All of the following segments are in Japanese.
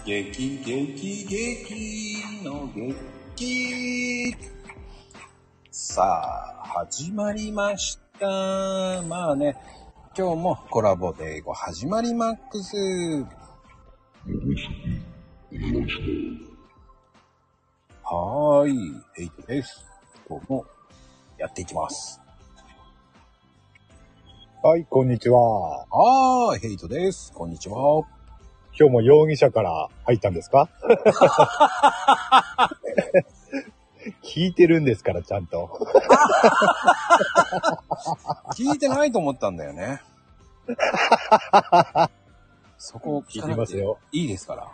激の激。さあ、始まりました。まあね、今日もコラボで英語始まりマックス。はーい、ヘイトです。今日もやっていきます。 はい、こんにちは。 はーい、ヘイトです。こんにちは。 今日も容疑者から入ったんですか？聞いてるんですから、ちゃんと。 聞いてないと思ったんだよね。そこを聞かなくていいですから。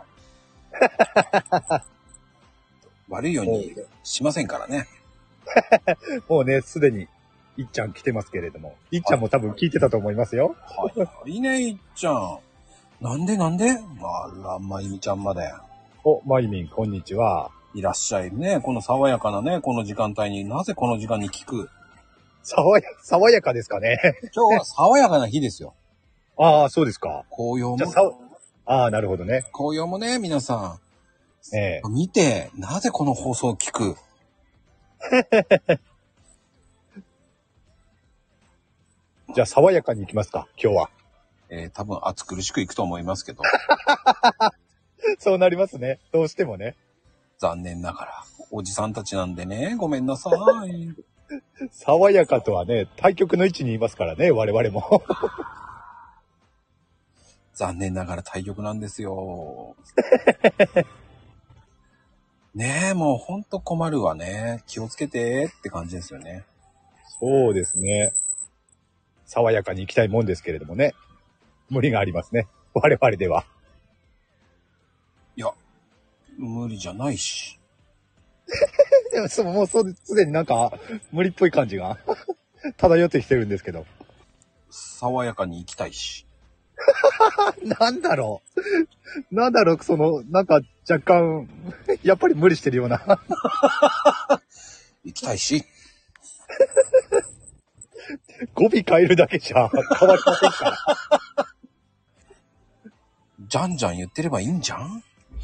悪いようにしませんからね。 もうね、すでに、いっちゃん来てますけれども。いっちゃんも多分聞いてたと思いますよ。 はい。いいね、いっちゃん。なんであら、まゆみちゃんまで。 お、まゆみん、こんにちは。 いらっしゃいね。この爽やかなね、この時間帯になぜこの時間に聞く。 爽やかですかね。 今日は爽やかな日ですよ。 ああ、そうですか。 紅葉も。 ああ、なるほどね。 紅葉もね、皆さん。 見て、なぜこの放送を聞く。 じゃあ、爽やかに行きますか、今日は。 多分暑苦しくいくと思いますけど。 そうなりますね。どうしてもね。 残念ながら。おじさんたちなんでね、ごめんなさい。 爽やかとはね、対極の位置にいますからね、我々も。 残念ながら対極なんですよ。ねえ、もうほんと困るわね。気をつけてって感じですよね。 そうですね。爽やかに行きたいもんですけれどもね。無理がありますね。我々では。 いや、無理じゃないし。 でももうすでになんか無理っぽい感じが漂ってきてるんですけど。 爽やかに行きたいし。 なんだろう、なんか若干、やっぱり無理してるような。 行きたいし。 語尾変えるだけじゃ変わりませんから。 じゃんじゃん言ってればいいんじゃん。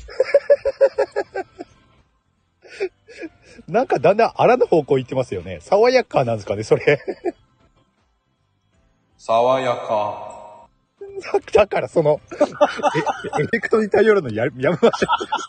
なんかだんだんあらぬ方向行ってますよね。爽やかなんですかね、それ。 爽やか。 だからエフェクトに頼るのやめましょう。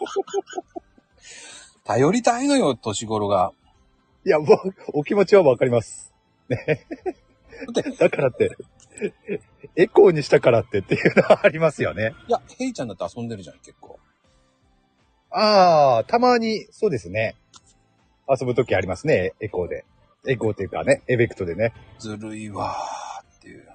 頼りたいのよ、年頃が。 いや、もう、お気持ちはわかります。ね。だからって、エコーにしたからっていうのはありますよね。 いや、ヘイちゃんだって遊んでるじゃん、結構。 ああ、たまに、そうですね。遊ぶときありますね、エコーで。エコーっていうかね、エフェクトでね。 ずるいわーっていう。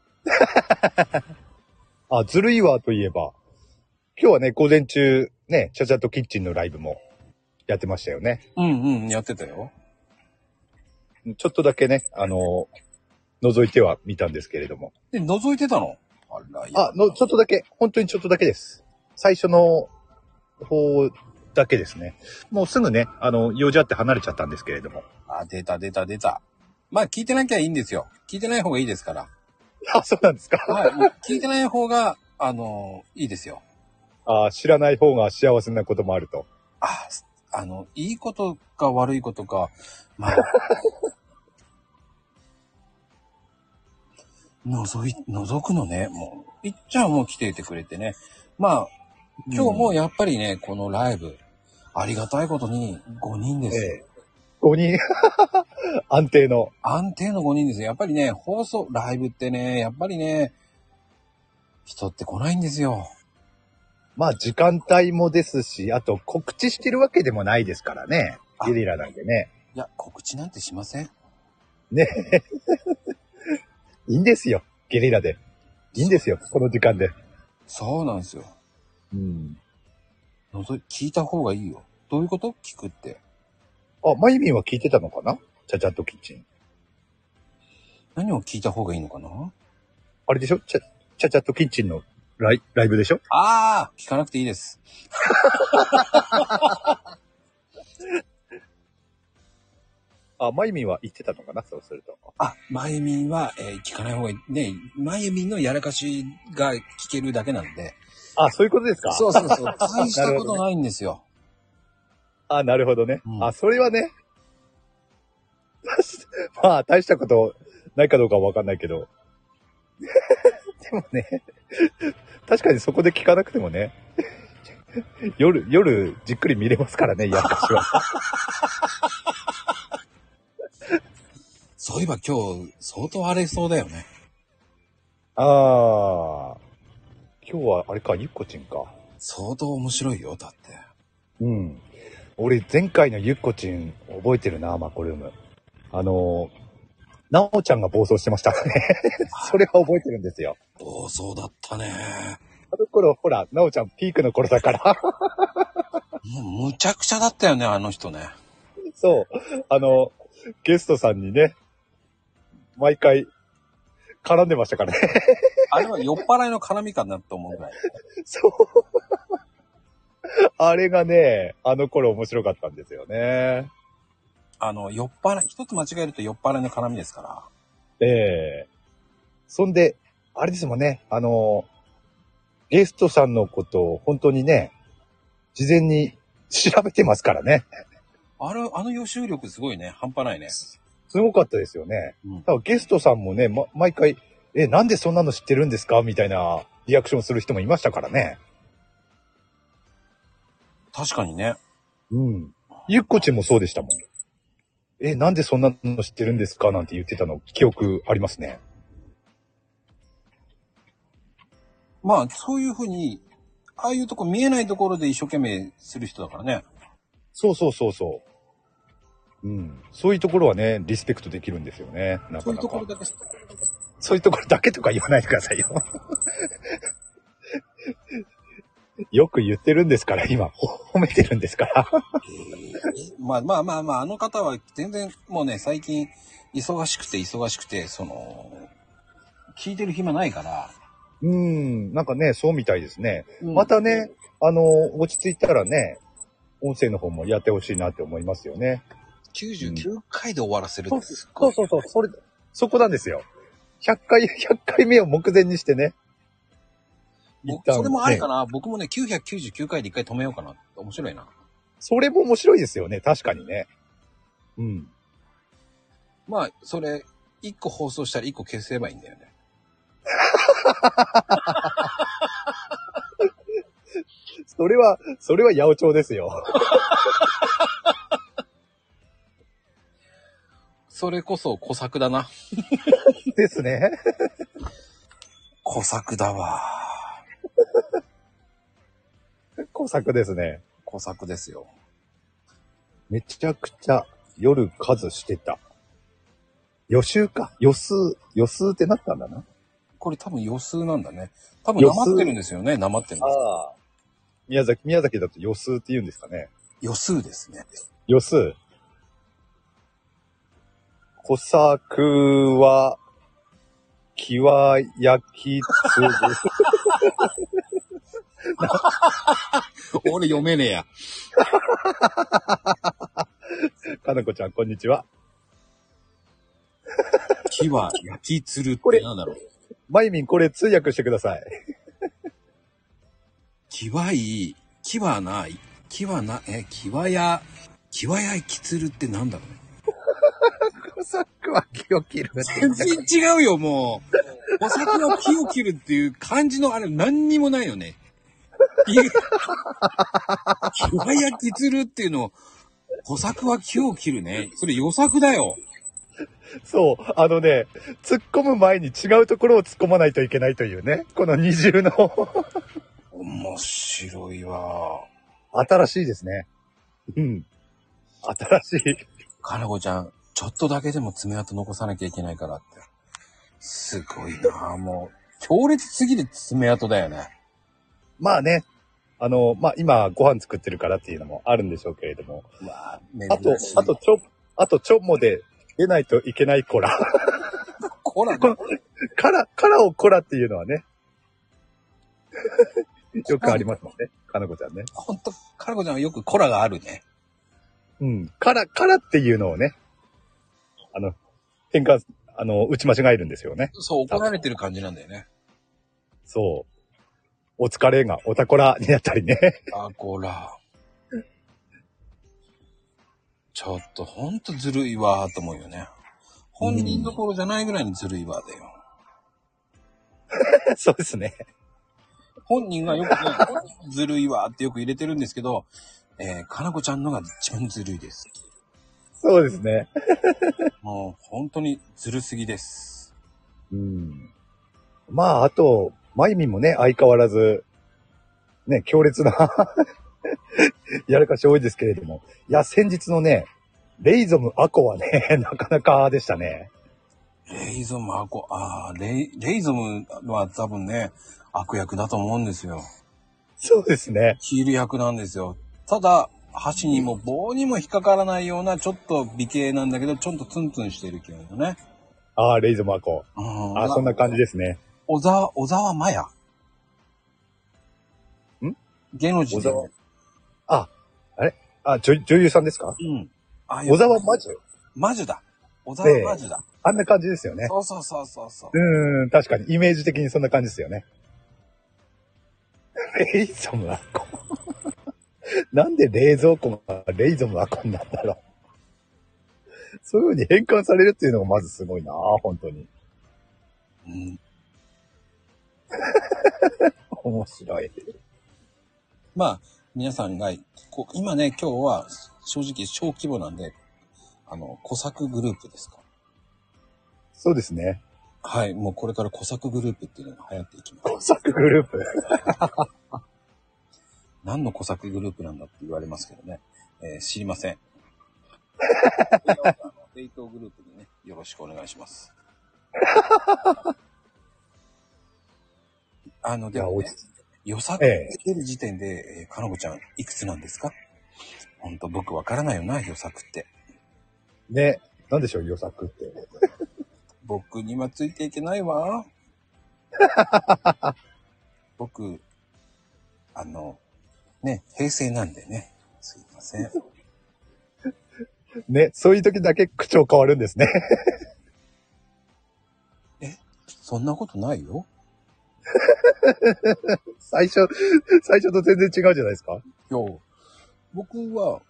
あ、ずるいわといえば、今日はね、午前中、ね、チャチャとキッチンのライブもやってましたよね。 うん、やってたよ。 ちょっとだけね、覗いては見たんですけれども。 で、覗いてたの？ ちょっとだけ、本当にちょっとだけです。最初の方だけですね。もうすぐね、用事あって離れちゃったんですけれども。 あ、出た。まあ、聞いてなきゃいいんですよ。聞いてない方がいいですから。 あ、そうなんですか。 はい。聞いてない方が、いいですよ。 あ、知らない方が幸せなこともあると。 いいことか悪いことか、まあ、覗くのね、もう。いっちゃんも来ていてくれてね。まあ、今日もやっぱりね、このライブ、ありがたいことに5人です。 5人安定の 5人ですよ。やっぱりね、ライブってね、やっぱりね、人って来ないんですよ。 まあ時間帯もですし、あと告知してるわけでもないですからね。ゲリラなんでね。 いや、告知なんてしません。 ねいいんですよ。ゲリラで。いいんですよ。この時間で。 そうなんですよ。 うん。 聞いた方がいいよ。どういうこと？聞くって。 あ、マイミンは聞いてたのかな？チャチャットキッチン。 何を聞いた方がいいのかな？ あれでしょ？チャチャットキッチンのライブでしょ？ 聞かなくていいです。 あ、マイミンは言ってたのかな？そうすると。 マユミンは、聞かない方がいい。ね、マユミンのやらかしが聞けるだけなんで。 あ、そういうことですか？ そうそうそう。大したことないんですよ。 あ、なるほどね。 うんあ、それはね、まあ、大したことないかどうかはわかんないけど。でもね、確かにそこで聞かなくてもね、夜、じっくり見れますからね、やかしは。 そういえば今日、相当荒れそうだよね。 ああ、今日はあれか、ゆっこちんか。 相当面白いよ、だって。 うん。俺、前回のゆっこちん覚えてるな、マコルーム。なおちゃんが暴走してましたね。それは覚えてるんですよ。 暴走だったね。 あの頃、ほら、なおちゃんピークの頃だから。 もうむちゃくちゃだったよね、あの人ね。 そう。ゲストさんにね、毎回、絡んでましたからね。 あれは酔っ払いの絡みかなって思うぐらい。 そう。あれがね、あの頃面白かったんですよね。 酔っ払い、一つ間違えると酔っ払いの絡みですから。 ええそんで、あれですもんね、ゲストさんのことを本当にね、事前に調べてますからね。 あの予習力すごいね。半端ないね。 すごかったですよね。 うん。 多分ゲストさんもね、毎回、なんでそんなの知ってるんですかみたいなリアクションする人もいましたからね。 確かにね。 うん。ゆっこちんもそうでしたもん。なんでそんなの知ってるんですかなんて言ってたの、記憶ありますね。 まあ、そういうふうに、ああいうとこ見えないところで一生懸命する人だからね。 そうそうそうそう。うん。そういうところはね、リスペクトできるんですよね。なそういうかなか。 ところだけ。 そういうところだけとか言わないでくださいよ。よく言ってるんですから、今、褒めてるんですから。 まあまあまあまあ、あの方は全然もうね、最近忙しくて、聞いてる暇ないから。 なんかね、そうみたいですね。 うん、 またね、落ち着いたらね、音声の方もやってほしいなって思いますよね。 99回で終わらせるってすそうそうそう、そこなんですよ。100回目を目前にしてね。 それもありかな。僕もね、999回で一回止めようかな。面白いな。 それも面白いですよね。確かにね。うん。 まあ、それ、1個放送したら1個消せばいいんだよね。 それは八百長ですよ。 それこそ小作だな。 ですね。 小作だわ。 工作ですね。 小作ですよ。 めちゃくちゃ夜数してた。予習か。予数ってなったんだな。 これ多分予数なんだね。多分なまってるんですよね。なまってるんです。 ああ。宮崎だと予数って言うんですかね。 予数ですね。 予数。小作は、きわ焼きつぶ。 俺読めねえや。 かなこちゃん、こんにちは。 木は焼きつるってなんだろう。 まゆみん、これ通訳してください。 木はいい。木はない。木はきつるってなんだろうね。 小作は木を切るって全然違うよ、もう。小作は木を切るっていう漢字のあれ何にもないよね。きわ焼きつるっていうの、小作は木を切るね。それ予作だよ。 そう、突っ込む前に違うところを突っ込まないといけないというね。この二重の。 面白いわ。 新しいですね。うん。新しい。 かなこちゃん、ちょっとだけでも爪痕残さなきゃいけないからって。すごいな、もう。強烈すぎる爪痕だよね。 まあね。今ご飯作ってるからっていうのもあるんでしょうけれども。あとちょもで出ないといけないコラ。 コラカラをコラっていうのはね。よくありますもんね。かなこちゃんね。 ほんと、かなこちゃんはよくコラがあるね。 うん。カラっていうのをね。変換、打ち間違えるんですよね。 そう、怒られてる感じなんだよね。 そう。 お疲れがおたこらになったりね。 あこら。ちょっとほんとずるいわーと思うよね。本人どころじゃないぐらいにずるいわだよ。 そうですね。 本人がよくね、ずるいわーってよく入れてるんですけど、かなこちゃんのが一番ずるいです。 そうですね。 もう本当にずるすぎです。 まあ、あと、まゆみもね、相変わらず、ね、強烈なやらかし多いですけれども。いや、先日のね、レイゾムアコはね、なかなかでしたね。 レイゾムレイゾムは多分ね、悪役だと思うんですよ。 そうですね。 ヒール役なんですよ。ただ、箸にも棒にも引っかからないような、ちょっと美形なんだけど、ちょっとツンツンしてる系のね。 レイゾムアコ。そんな感じですね。 小沢麻也。芸能人で。 あれ女優さんですか？ うん。 小沢魔女？ 魔女だ。小沢魔女だ。 あんな感じですよね。 そう。 確かに、イメージ的にそんな感じですよね。レイゾムアコ。なんで冷蔵庫がレイゾムアコになったんだろう。そういう風に変換されるっていうのがまずすごいな、本当に。面白い。 まあ、皆さんが、今ね、今日は正直小規模なんで、小作グループですか。 そうですね。 はい、もうこれから小作グループっていうのが流行っていきます。 小作グループ何の小作グループなんだって言われますけどね。知りません。デートグループにね、よろしくお願いします。でもね、予作つける時点で、かのこちゃんいくつなんですか？ほんと僕わからないよな、予作って。 ね、なんでしょう、予作って。 僕にはついていけないわ。僕、ね、平成なんでね。すいません。 ね、そういう時だけ口調変わるんですね。 そんなことないよ。 最初と全然違うじゃないですか。 僕は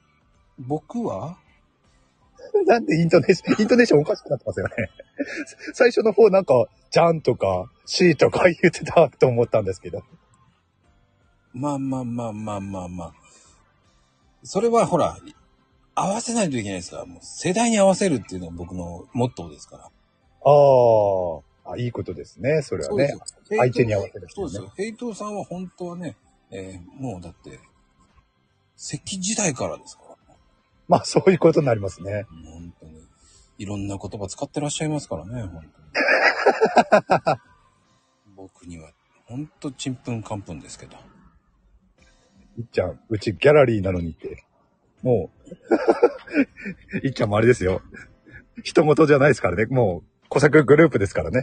なんでイントネーションおかしくなってますよね。最初の方なんか、ジャンとか、シーとか言ってたと思ったんですけど。 まあ。それはほら、合わせないといけないですから、もう世代に合わせるっていうのが僕のモットーですから。 いいことですね、それはね。相手に合わせる、ね。 そうですよ。ヘイトーさんは本当はね、もうだって、石器時代からですから。 まあ、そういうことになりますね。 本当に。いろんな言葉使ってらっしゃいますからね、本当に。僕には、本当ちんぷんかんぷんですけど。 いっちゃん、うちギャラリーなのにって。もう、いっちゃんもあれですよ。人事じゃないですからね。もう、小作グループですからね。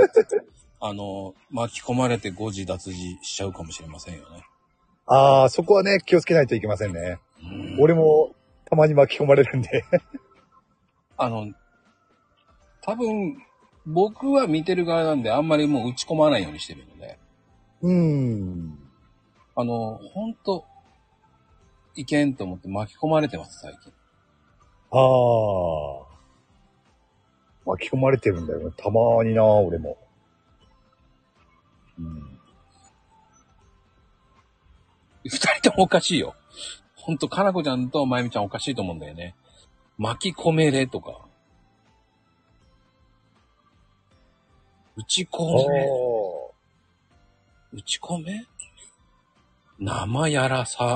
巻き込まれて誤字脱字しちゃうかもしれませんよね。 そこはね、気をつけないといけませんね。俺も、たまに巻き込まれるんで。 多分、僕は見てる側なんで、あんまりもう打ち込まないようにしてるので。ほんと、いけんと思って巻き込まれてます、最近。 巻き込まれてるんだよね。たまにな、俺も。 二人ともおかしいよ。ほんと、かなこちゃんとまゆみちゃんおかしいと思うんだよね。巻き込めれとか。打ち込め生やらさ。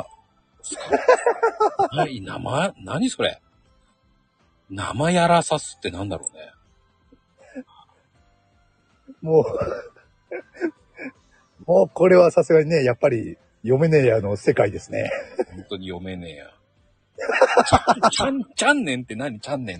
何それ。生やらさすってなんだろうね。 もうこれはさすがにね、やっぱり読めねえやの世界ですね。 本当に読めねえや。ちゃんねんって何？ちゃんねんって。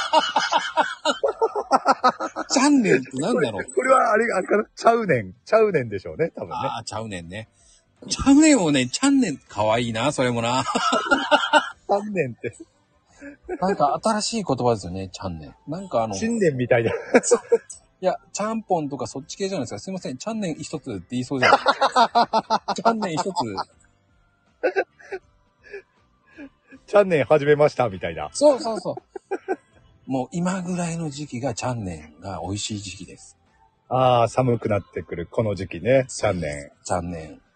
ちゃんねんってなんだろう。 これはあれかな、ちゃうねんでしょうね、多分ね。 ちゃうねんね。ちゃうねんをね、ちゃんねん、かわいいな、それもな。 ちゃんねんって。 なんか新しい言葉ですよね、ちゃんねん。なんか新年みたいな。 いや、ちゃんぽんとかそっち系じゃないですか。すいません、チャンネン一つって言いそうじゃないですか。チャンネン一つ。 チャンネン始めましたみたいな。 そうそうそう。もう今ぐらいの時期がチャンネンが美味しい時期です。 ああ、寒くなってくるこの時期ね、チャンネン。 チャンネン。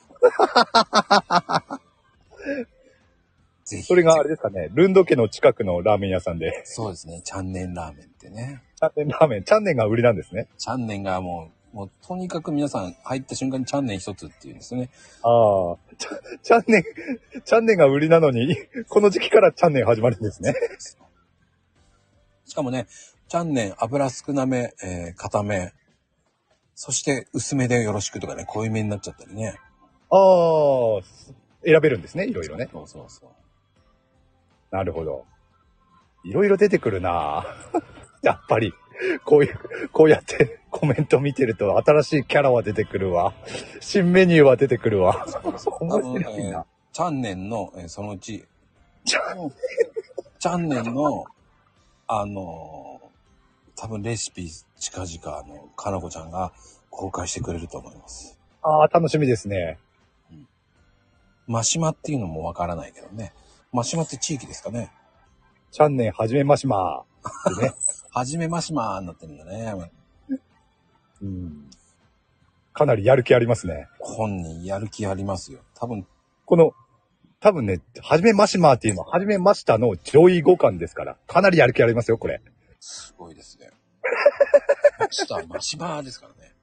ぜひ。 それがあれですかね、ルンド家の近くのラーメン屋さんで。 そうですね、チャンネンラーメンってね。 チャンネンラーメン、チャンネンが売りなんですね。 チャンネンがもうとにかく皆さん入った瞬間にチャンネン一つっていうんですね。 ああ、チャンネンが売りなのに、この時期からチャンネン始まるんですね。 しかもね、チャンネン油少なめ、固め、そして薄めでよろしくとかね、濃いめになっちゃったりね。 ああ、選べるんですね、いろいろね。 そうそうそう。 なるほど。いろいろ出てくるなやっぱり、こうやってコメント見てると新しいキャラは出てくるわ。新メニューは出てくるわ。面白いな。 チャンネンの、そのうち、チャンネンの、多分レシピ近々かなこちゃんが公開してくれると思います。 ああ、楽しみですね。 マシマっていうのもわからないけどね。マシマって地域ですかね。 チャンネン始めましまー。ね。 はじめましまーになってるんだね。 うん。かなりやる気ありますね。 本人やる気ありますよ。多分ね、はじめましまーっていうのは、はじめましたの上位互換ですから、かなりやる気ありますよ、これ。 すごいですね。マシマーですからね。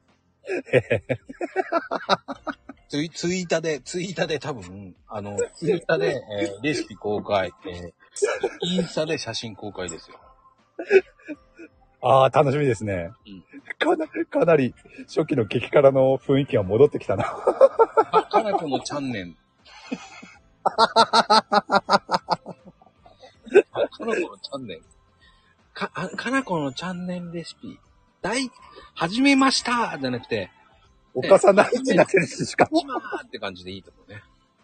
ツイータで多分、ツイッタで、レシピ公開、インスタで写真公開ですよ。 ああ、楽しみですね。かなり初期の激辛の雰囲気が戻ってきたな。 かなこのチャンネン。かなこのチャンネン。かなこのチャンネルレシピ。始めましたじゃなくて、 犯さないってなってるし、しかも。 今って感じでいいと思うね。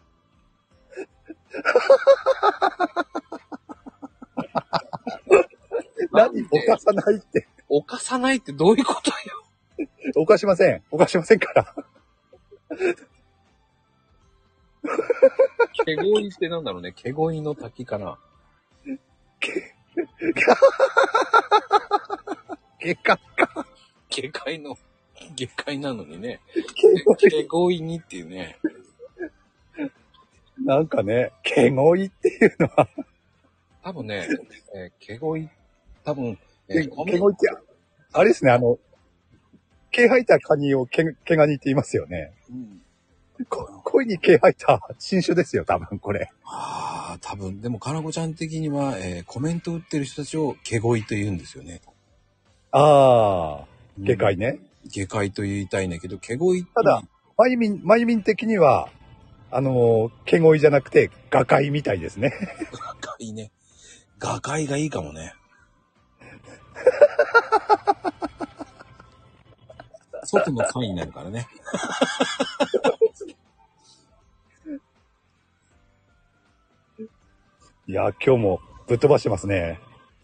何犯さないって。 犯さないってどういうことよ。 犯しませんから。 毛恋ってなんだろうね。毛恋の滝かな。下界なのにね。毛恋にっていうね。 なんかね、毛恋っていうのは。 多分ね、毛恋、多分、 毛恋って、あれですね、毛生えたカニを毛ガニって言いますよね。うん。恋に毛生えた新種ですよ、多分これ。 ああ、多分、でも、かなこちゃん的には、コメント打ってる人たちを毛恋と言うんですよね。 ああ、下界ね。 下界と言いたいんだけど、毛恋って。 ただ、まゆみん的には、毛恋じゃなくて、画界みたいですね。 画界ね。画界がいいかもね。外の会になるからね。 いや、今日もぶっ飛ばしてますね。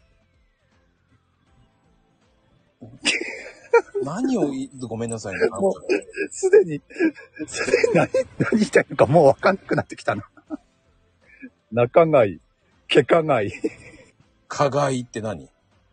何をごめんなさいね。 もう、すでに何言いたいのかもうわかんなくなってきたな。仲買、毛か買い。 かがいって何？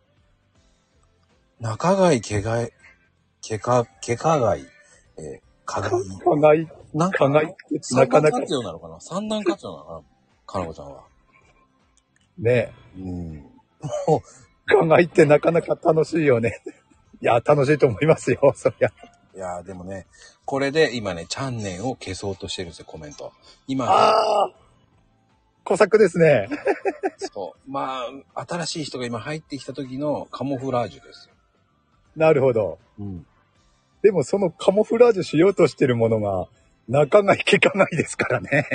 仲買、毛がい、毛かがい、かがい。 かがい。 なんか、なかなか。三段活用なのかな？三段活用なのかな？かなこちゃんは。 ねえ。もう、かがいってなかなか楽しいよね。いや、楽しいと思いますよ、そりゃ。 いや、でもね、これで今ね、チャンネルを消そうとしてるんですよ、コメント。今。 ああ、小作ですね。 そう。まあ、新しい人が今入ってきた時のカモフラージュですよ。 なるほど。うん。でもそのカモフラージュしようとしてるものが、仲買毛かがいですからね。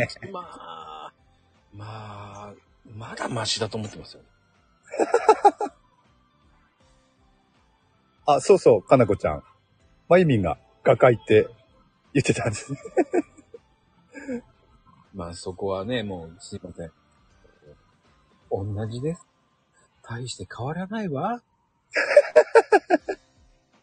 まだマシだと思ってますよ。 あ、そうそう、かなこちゃん。まゆみんが画界って言ってたんですね。 まあそこはね、もうすいません。同じです。大して変わらないわ。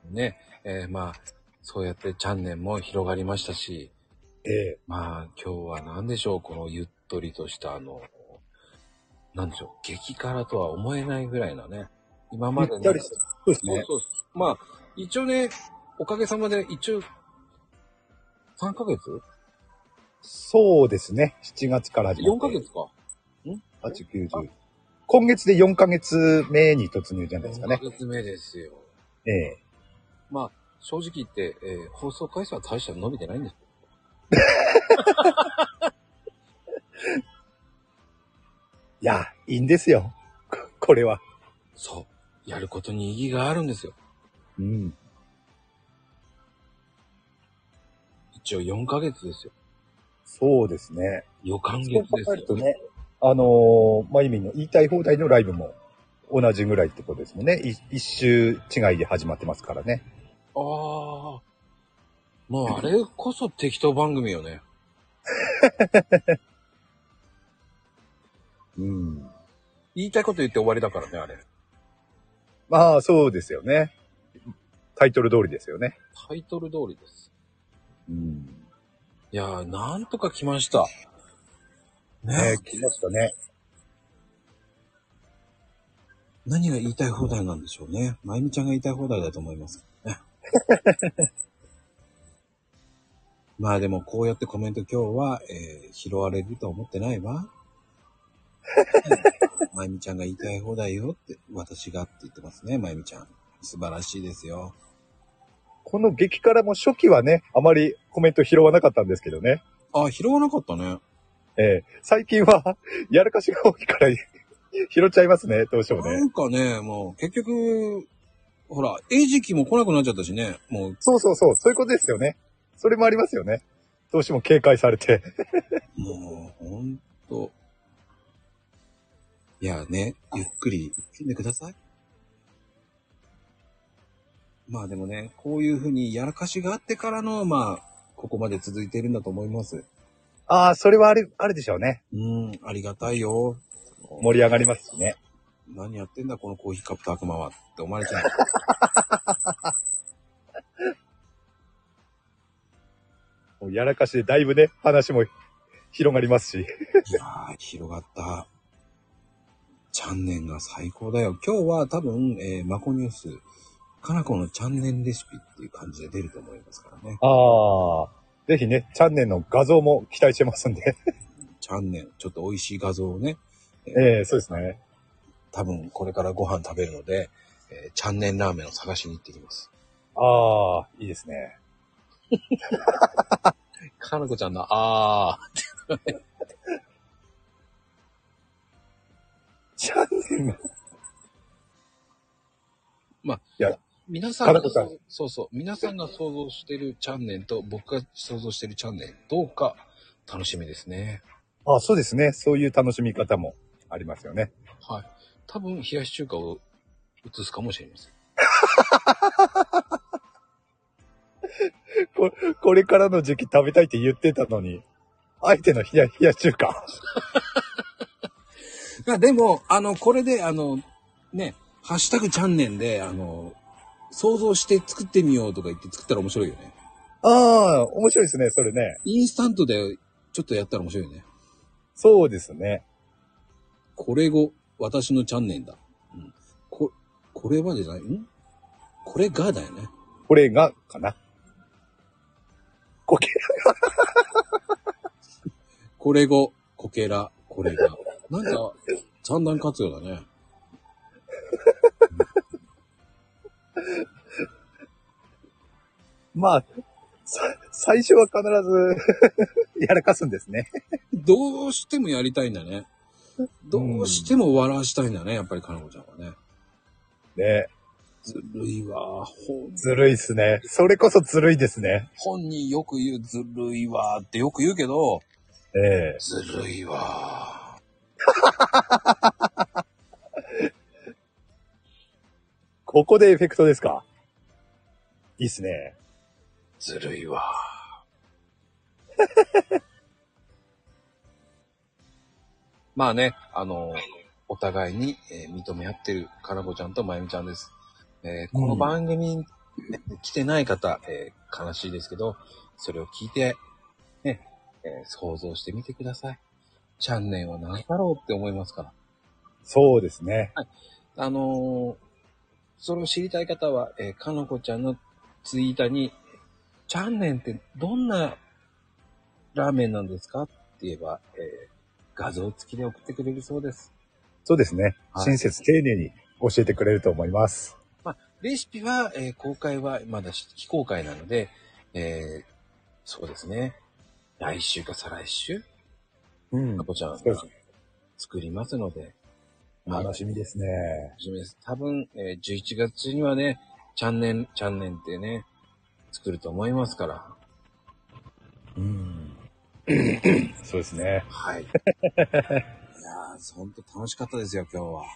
ね、まあ、そうやってチャンネルも広がりましたし、まあ、今日は何でしょう、このゆっとりとしたなんでしょう、激辛とは思えないぐらいなね、今までね、 ゆったりした。そうですね。 そうまあ、一応ね、おかげさまで一応、3ヶ月そうですね。7月から始ま ?4 って。 ヶ月か。 8、9、10。今月で4ヶ月目に突入じゃないですか 4 ね。 ヶ月目ですよ。 ええ。 まあ、正直言って、放送回数は大した伸びてないんですよ。 いや、いいんですよ。これは。 そう。やることに意義があるんですよ。 うん。 一応4ヶ月ですよ。 そうですね。 予感そう月ですよ考えるとね、まゆみんの言いたい放題のライブも同じぐらいってことですもんね。一周違いで始まってますからね。 ああ。もうあれこそ適当番組よね。 うん。 言いたいこと言って終わりだからね、あれ。 まあ、そうですよね。タイトル通りですよね。 タイトル通りです。 うん。 いやー、なんとか来ました。ね。 来ましたね。 何が言いたい放題なんでしょうね。まゆみちゃんが言いたい放題だと思いますね。まあでもこうやってコメント今日は、拾われると思ってないわ。まゆみちゃんが言いたい放題よって、私がって言ってますね、まゆみちゃん。素晴らしいですよ。 この激辛も初期はね、あまりコメント拾わなかったんですけどね。 あ、拾わなかったね。 最近は、やらかしが多いから拾っちゃいますね、どうしてもね。 なんかね、もう結局、ほら、餌食も来なくなっちゃったしね。もう、 そうそうそう、そういうことですよね。それもありますよね。どうしても警戒されて。 もう、ほんと。いやね、ゆっくり来てください。まあでもね、こういうふうにやらかしがあってからの、まあ、ここまで続いているんだと思います。 ああ、それはあるでしょうね。 ありがたいよ。 盛り上がりますしね。 何やってんだ、このコーヒーカップと悪魔はって思われちゃう。 もうやらかしでだいぶね、話も広がりますし。 いやー、広がった。チャンネルが最高だよ。今日は多分、マコニュース、かなこのチャンネルレシピっていう感じで出ると思いますからね。 ああ、ぜひね、チャンネルの画像も期待してますんで。 チャンネル、ちょっと美味しい画像をね、 そうですね。 多分これからご飯食べるので、チャンネルラーメンを探しに行ってきます。 ああ、いいですね。 かなこちゃんの、あー。 チャンネルが。 まあ、 いや、 皆さんがかなこさんそうそう、皆さんが想像してるチャンネルと僕が想像してるチャンネル、どうか楽しみですね。 あ、そうですね。そういう楽しみ方もありますよね。 はい。多分、冷やし中華を移すかもしれません。 これからの時期食べたいって言ってたのに、相手の冷や中華。 でも、これで、ね、ハッシュタグチャンネルで、想像して作ってみようとか言って作ったら面白いよね。 ああ、面白いですね、それね。 インスタントでちょっとやったら面白いよね。 そうですね。 これ後、私のチャンネルだ。うん、これはじゃないこれがだよね。 これが、かな。こけこれ後、こけら、これが。なんか、三段活用だね。 まあ、最初は必ずやらかすんですね。 どうしてもやりたいんだね。どうしても笑わしたいんだね、やっぱりかなこちゃんはね。 ね。 ずるいわ。 ずるいっすね。それこそずるいですね。 本人よく言うずるいわってよく言うけど、ずるいわ。 ここでエフェクトですか？いいっすね。 ずるいわ。まあね、お互いに、認め合ってるかなこちゃんとまゆみちゃんです。この番組来てない方、悲しいですけど、それを聞いて、ね、想像してみてください。チャンネルは何だろうって思いますから。 そうですね。 はい。それを知りたい方は、かのこちゃんのツイートに、チャンネルってどんなラーメンなんですかって言えば、画像付きで送ってくれるそうです。 そうですね。 はい親切丁寧に教えてくれると思います。 まあ、レシピは、公開はまだ非公開なので、そうですね。来週か再来週、 うん。 かこちゃんがそうですね。 作りますので、 楽しみですね。 楽しみです。多分、11月にはね、チャンネルってね、作ると思いますから。 うん。そうですね。 はい。いやー、ほんと楽しかったですよ、今日は。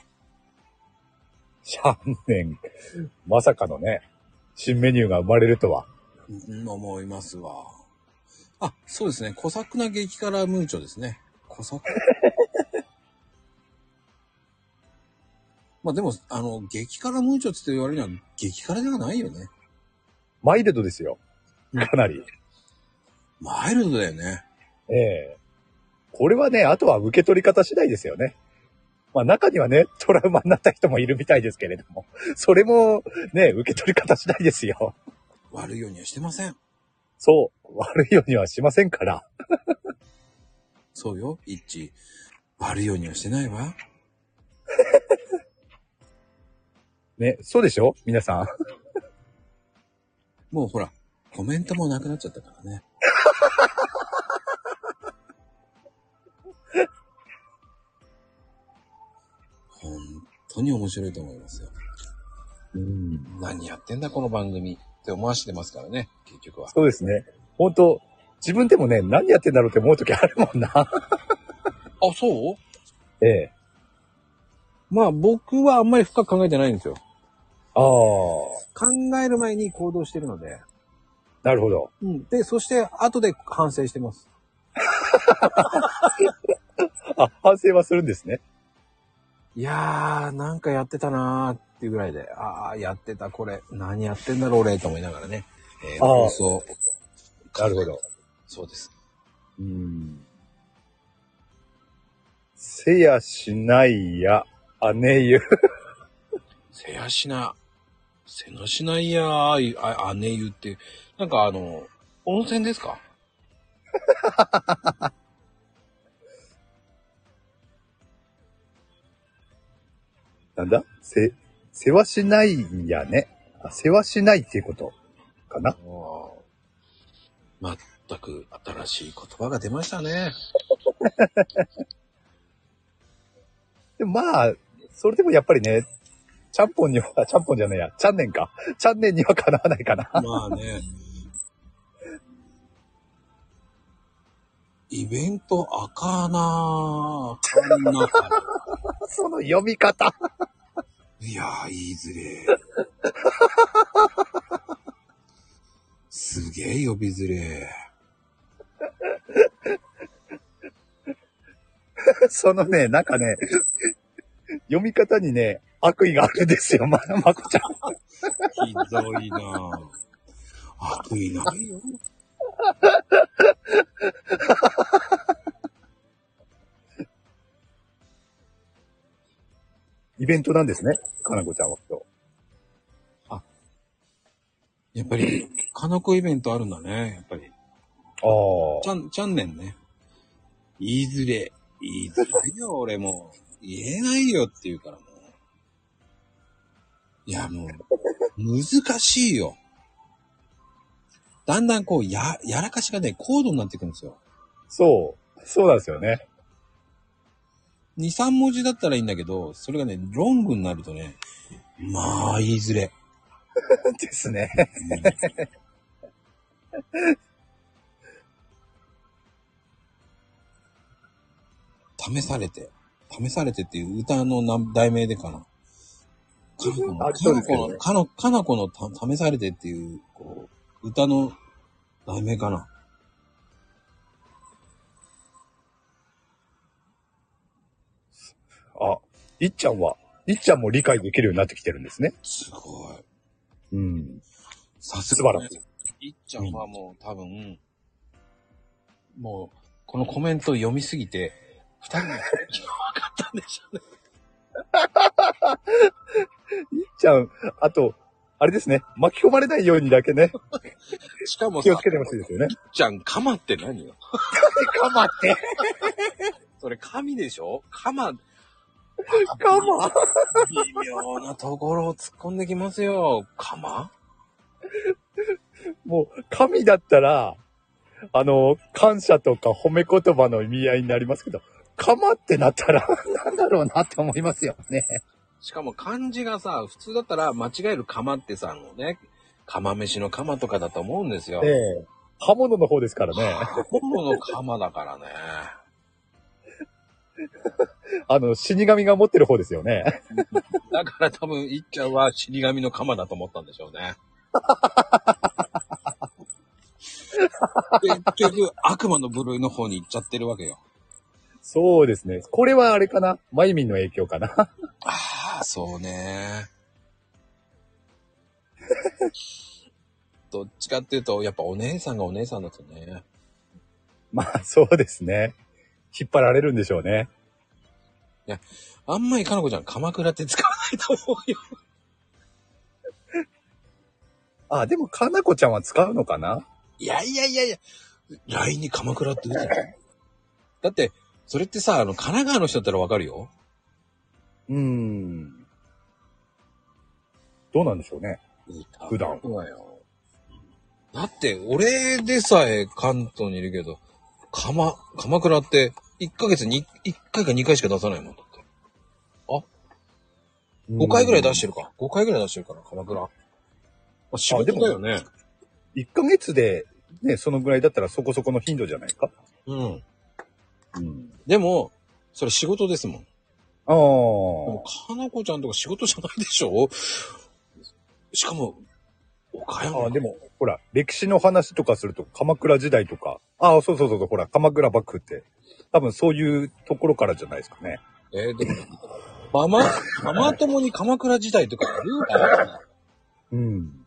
3年、まさかのね、新メニューが生まれるとは。 思いますわ。あ、そうですね。小作な激辛ムーチョですね。小作。まあでも、激辛ムーチョって言われるには激辛ではないよね。 マイルドですよ。かなり。 マイルドだよね。 ええ。これはね、あとは受け取り方次第ですよね。まあ中にはね、トラウマになった人もいるみたいですけれども、それもね、受け取り方次第ですよ。 悪いようにはしてません。 そう。悪いようにはしませんから。 そうよ、一致。悪いようにはしてないわ。 ね、そうでしょ皆さん。 もうほら、コメントもなくなっちゃったからね。本当に面白いと思いますよ。何やってんだこの番組って思わせてますからね、結局は。 そうですね。本当自分でもね、何やってんだろうって思う時あるもんな。 あ、そうええ。 まあ僕はあんまり深く考えてないんですよ。 ああ、 考える前に行動してるので。 なるほど。 うん。で、そして後で反省してます。 あ、反省はするんですね。 いやー、なんかやってたなーっていうぐらいで、あー、やってた、これ。何やってんだろう、俺、と思いながらね。放送。 なるほど。 そうです。 せやしないや、姉湯。 せやしな、せのしないやー、姉湯って、なんか温泉ですか？ なんだ世話しないんやね。あ、世話しないっていうことかな。 全く新しい言葉が出ましたね。 でもまあ、それでもやっぱりね、ちゃんぽんじゃないや、チャンネンか。チャンネンにはかなわないかな。 まあね。イベント赤なぁ。かんなか。 その読み方。 いやー、言いづれすげえ呼びづれそのね、なんかね、読み方にね、悪意があるんですよ、まこちゃん。 ひどいなぁ。悪意ないよ。 イベントなんですね、かなこちゃんは今日。 やっぱり、かのこイベントあるんだね、やっぱり。 ああ。 ちゃんねんね。言いづれ。言いづらいよ、俺も。言えないよって言うからもう。いや、もう、難しいよ。だんだんこう、やらかしがね、高度になっていくんですよ。 そうなんですよね。 2、3文字だったらいいんだけど、それがね、ロングになるとね、まあ、言いづれ。 ですね。 試されてっていう歌の題名でかな。かなこの試されてっていう、こう、歌の題名かな。 あ、いっちゃんも理解できるようになってきてるんですね。 すごい。 うん。 さすが、ね、 素晴らしい。 いっちゃんはもう多分、もう、このコメントを読みすぎて、二人に分かったんでしょうね。 いっちゃん、あと、あれですね、巻き込まれないようにだけね、 しかもさ、 気をつけてほしいですよね。 いっちゃん、カマって何よ。 カマって。 それ神でしょ？カマ。 カマ微妙なところを突っ込んできますよ。カマ？ もう、神だったら、感謝とか褒め言葉の意味合いになりますけど、カマってなったら、なんだろうなって思いますよね。 しかも漢字がさ、普通だったら間違えるカマってさ、釜飯の釜とかだと思うんですよ。 ええ。刃物の方ですからね。 刃物の釜だからね。 死神が持ってる方ですよね。 だから多分、いっちゃんは死神の釜だと思ったんでしょうね。結局、悪魔の部類の方に行っちゃってるわけよ。 そうですね。これはあれかな？マイミンの影響かな？ ああ、そうね。どっちかっていうと、やっぱお姉さんがお姉さんだとね。 まあ、そうですね。引っ張られるんでしょうね。 いや、あんまりかのこちゃん、鎌倉って使わないと思うよ。 あ、でも、かなこちゃんは使うのかな？ いや、LINE に鎌倉って打つの？だって、それってさ、神奈川の人だったらわかるよ。 どうなんでしょうね。普段。 だって、俺でさえ関東にいるけど、鎌倉って、1ヶ月に1回か2回しか出さないもんだって。あ ?5 回ぐらい出してるか。5回ぐらい出してるかな、鎌倉。仕事だよね。 1ヶ月で、ね、そのぐらいだったらそこそこの頻度じゃないか。 でも、それ仕事ですもん。 ああ。でもかなこちゃんとか仕事じゃないでしょ？しかも、岡山。 あ、でも、ほら、歴史の話とかすると、鎌倉時代とか、そう、ほら、鎌倉幕府って、多分そういうところからじゃないですかね。 でも、ママ友に鎌倉時代とか言うか？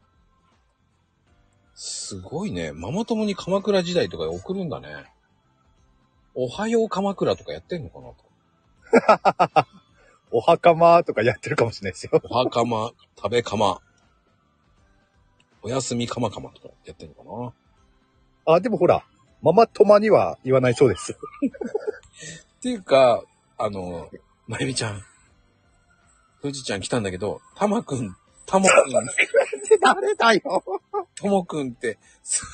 すごいね。ママ友に鎌倉時代とか送るんだね。おはよう鎌倉とかやってんのかなと。 お墓まとかやってるかもしれないですよ。 お墓ま、食べ釜。おやすみかまかまとかやってんのかな。でもほら、ママ友には言わないそうです。 っていうか、まゆみちゃん、ふじちゃん来たんだけど、たもくん。 って誰だよ。 ともくんって、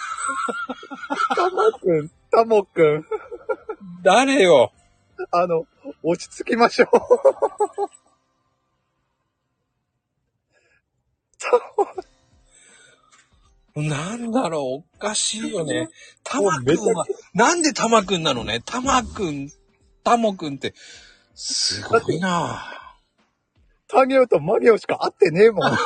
たもくん。 誰よ。 落ち着きましょう。なんだろう、おかしいよね。たまくんは、なんでたまくんなのね。たまくん、たもくんって、すごいなぁ。 た行とま行しか合ってねえもん。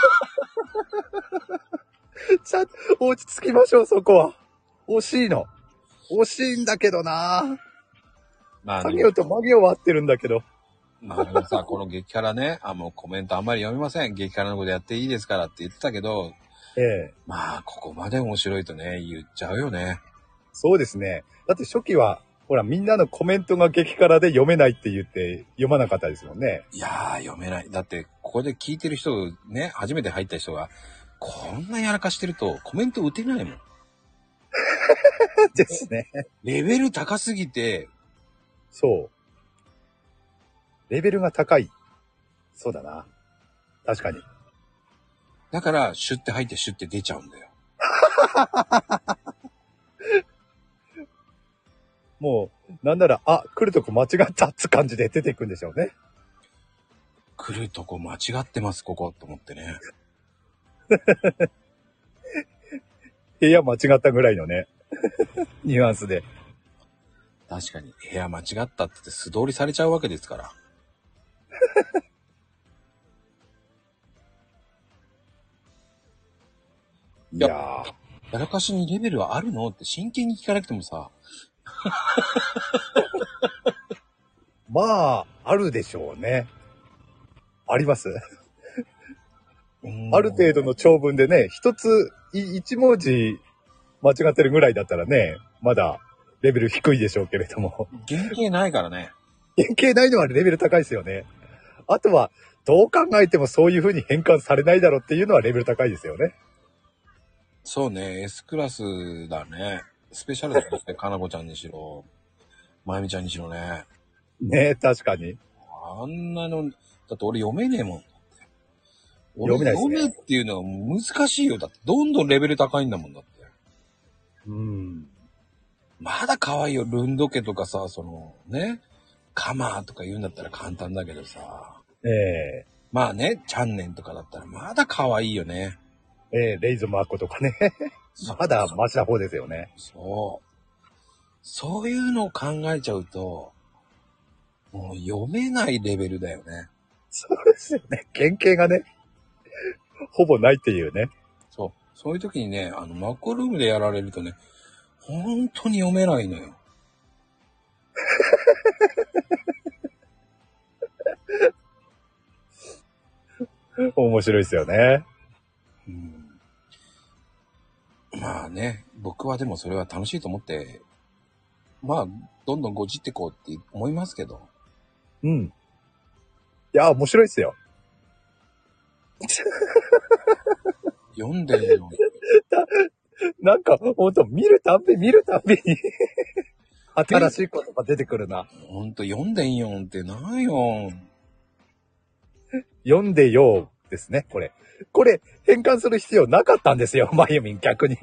落ち着きましょう、そこは。惜しいの。惜しいんだけどなぁ。た行とま行は合ってるんだけど。 まあでもさ、この激辛ね、もうコメントあんまり読みません。激辛のことやっていいですからって言ってたけど、まあ、ここまで面白いとね、言っちゃうよね。 そうですね。だって初期は、ほら、みんなのコメントが激辛で読めないって言って読まなかったですもんね。 いやー、読めない。だって、ここで聞いてる人、ね、初めて入った人が、こんなやらかしてるとコメント打てないもん。 ですね。 レベル高すぎて。 そう。レベルが高い。そうだな。確かに。 だから、シュッて入ってシュッて出ちゃうんだよ。 もう、なんなら、来るとこ間違ったって感じで出ていくんでしょうね。 来るとこ間違ってます、ここ、と思ってね。 部屋間違ったぐらいのね、ニュアンスで。 確かに、部屋間違ったって言って素通りされちゃうわけですから。 いやー。 やらかしにレベルはあるのって真剣に聞かなくてもさ。 まあ、あるでしょうね。ありますある程度の長文でね、一文字間違ってるぐらいだったらね、まだレベル低いでしょうけれども。 原型ないからね。 原型ないのはレベル高いですよね。あとは、どう考えてもそういう風に変換されないだろうっていうのはレベル高いですよね。 そうね、S クラスだね。スペシャルだね、かなこちゃんにしろ、まゆみちゃんにしろね。 ねえ、確かに。 あんなの、だって俺読めねえもん。 読めないですね。 読むっていうのは難しいよ。だって、どんどんレベル高いんだもんだって。まだ可愛いよ。ルンド家とかさ、ね、カマーとか言うんだったら簡単だけどさ。まあね、チャンネンとかだったらまだ可愛いよね。 レイゾマーコとかね。まだマシな方ですよね。 そう。そういうのを考えちゃうと、もう読めないレベルだよね。 そうですよね。原型がね、ほぼないっていうね。 そう。そういう時にね、マコルームでやられるとね、本当に読めないのよ。 面白いですよね。 まあね、僕はでもそれは楽しいと思って、まあ、どんどんごじってこうって思いますけど。 いや、面白いですよ。 読んでるよ。 なんか、ほんと、見るたんびに、新しいことが出てくるな。 ほんと、読んでんよんってなんよ。 読んでようですね、これ。これ、変換する必要なかったんですよ、まゆみん、逆に。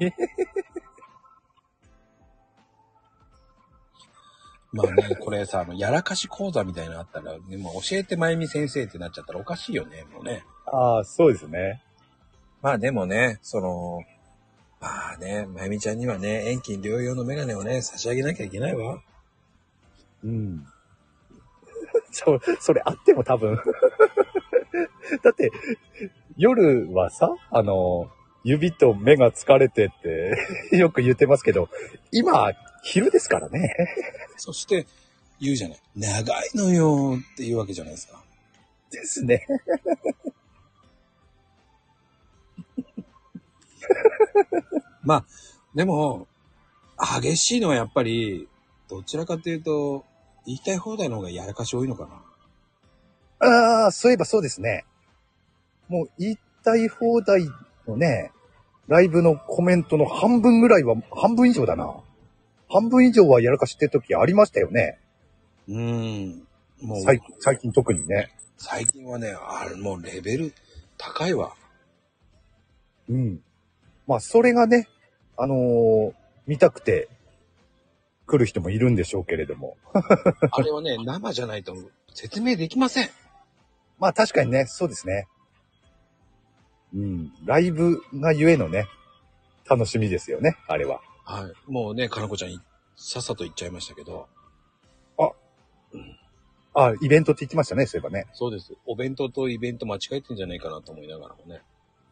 まあね、これさ、やらかし講座みたいなのあったら、ね、もう教えてまゆみ先生ってなっちゃったらおかしいよね、もうね。 ああ、そうですね。 まあでもね、まあね、まゆみちゃんにはね、遠近療養のメガネをね、差し上げなきゃいけないわ。 それあっても多分。だって、夜はさ、指と目が疲れてってよく言ってますけど、今、昼ですからね。 そして、言うじゃない。長いのよって言うわけじゃないですか。 ですね。 まあ、でも、激しいのはやっぱり、どちらかというと、言いたい放題の方がやらかし多いのかな。 ああ、そういえばそうですね。もう言いたい放題のね、ライブのコメントの半分ぐらいは、半分以上だな。半分以上はやらかしてる時ありましたよね。 もう最近特にね。 最近はね、もうレベル高いわ。 まあ、それがね、見たくて来る人もいるんでしょうけれども。 あれはね、生じゃないと説明できません。 まあ、確かにね、そうですね。ライブがゆえのね、楽しみですよね、あれは。 はい。もうね、かなこちゃんさっさと言っちゃいましたけど。 イベントって言ってましたね、そういえばね。 そうです。お弁当とイベント間違えてんじゃないかなと思いながらもね。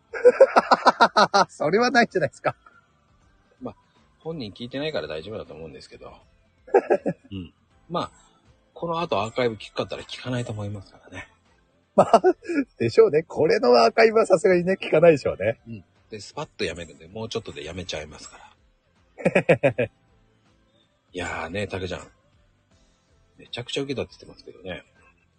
それはないじゃないですか。 まあ、本人聞いてないから大丈夫だと思うんですけど。まあ、この後アーカイブ聞くかったら聞かないと思いますからね。 まあ、でしょうね。これのアーカイブはさすがにね、聞かないでしょうね。 で、スパッとやめるんで、もうちょっとでやめちゃいますから。いやーね、たけちゃん。めちゃくちゃ受けたって言ってますけどね。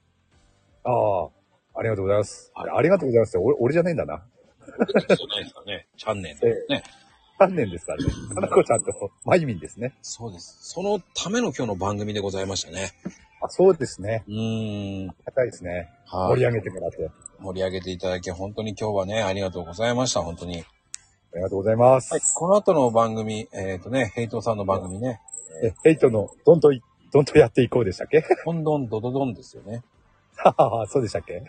ありがとうございます。ありがとうございます。俺じゃねえんだな。 そうないですかね。チャンネルね。 3年ですからね。かなこちゃんとまゆみんですね。 そうです。そのための今日の番組でございましたね。 そうですね。ありがたいですね。 はい。 盛り上げてもらって。 盛り上げていただき、本当に今日はね、ありがとうございました。本当に。 ありがとうございます。 はい。この後の番組、ヘイトさんの番組ね。 ヘイトのどんとやっていこうでしたっけ？ どんどんドドドンですよね。 そうでしたっけ？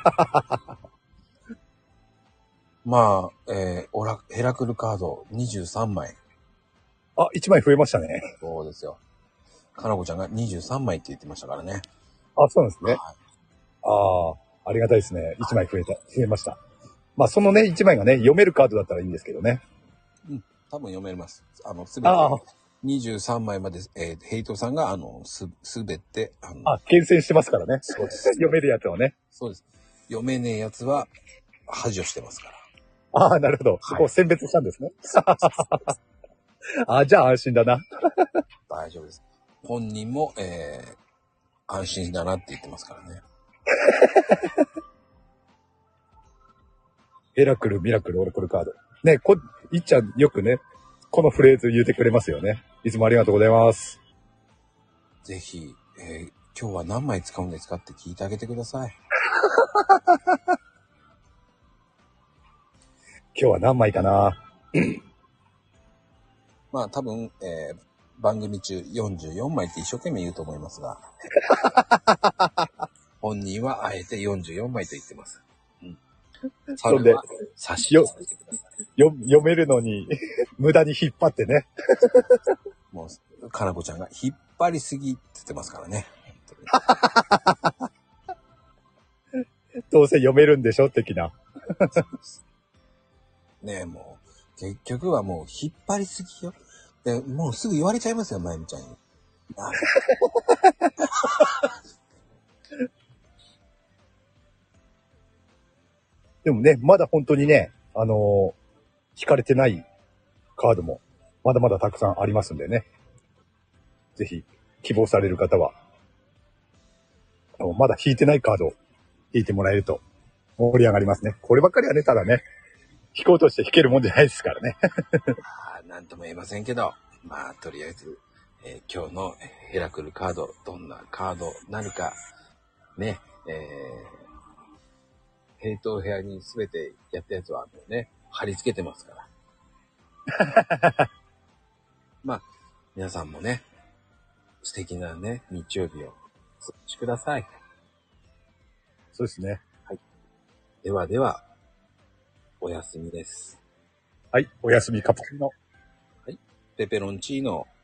まあ、ヘラクルカード23枚。 1枚増えましたね。 そうですよ。かなこちゃんが23枚って言ってましたからね。 そうなんですね。 はい。 ありがたいですね。1枚増えました。まあ、そのね、1枚がね、読めるカードだったらいいんですけどね。 多分読めます。すべて。23枚まで、ヘイトさんが、すべて、 厳選してますからね。 そうです。 読めるやつをね。 そうです。読めねえやつは、 恥をしてますから。 ああ、なるほど。そこを選別したんですね。ああ、じゃあ安心だな。 大丈夫です。本人も、安心だなって言ってますからね。 ヘラクル、ミラクル、オラクルカード。ね、いっちゃんよくね、このフレーズ言うてくれますよね。いつもありがとうございます。 ぜひ、今日は何枚使うんですかって聞いてあげてください。 今日は何枚かな。 まあ多分、番組中44枚って一生懸命言うと思いますが、本人はあえて44枚と言ってます。うん。それは差し寄せてください。 読めるのに無駄に引っ張ってね。 もう、かなこちゃんが引っ張りすぎって言ってますからね。 どうせ読めるんでしょ的な。 ねえ、もう、結局はもう引っ張りすぎよ。で、もうすぐ言われちゃいますよ、まゆみちゃんに。 でもね、まだ本当にね、引かれてないカードも、まだまだたくさんありますんでね。ぜひ、希望される方は、まだ引いてないカードを引いてもらえると盛り上がりますね。こればっかりはね、ただね、引こうとして引けるもんじゃないですからね。 なんとも言えませんけど、まあ、とりあえず、今日のヘラクルカード、どんなカードなるか、ね、ヘイト部屋にすべてやったやつはもうね、貼り付けてますから。まあ、皆さんもね、素敵なね、日曜日をお過ごしください。 そうですね。 はい。ではでは、おやすみです。 はい、おやすみカプチーノ。 はい。ペペロンチーノ。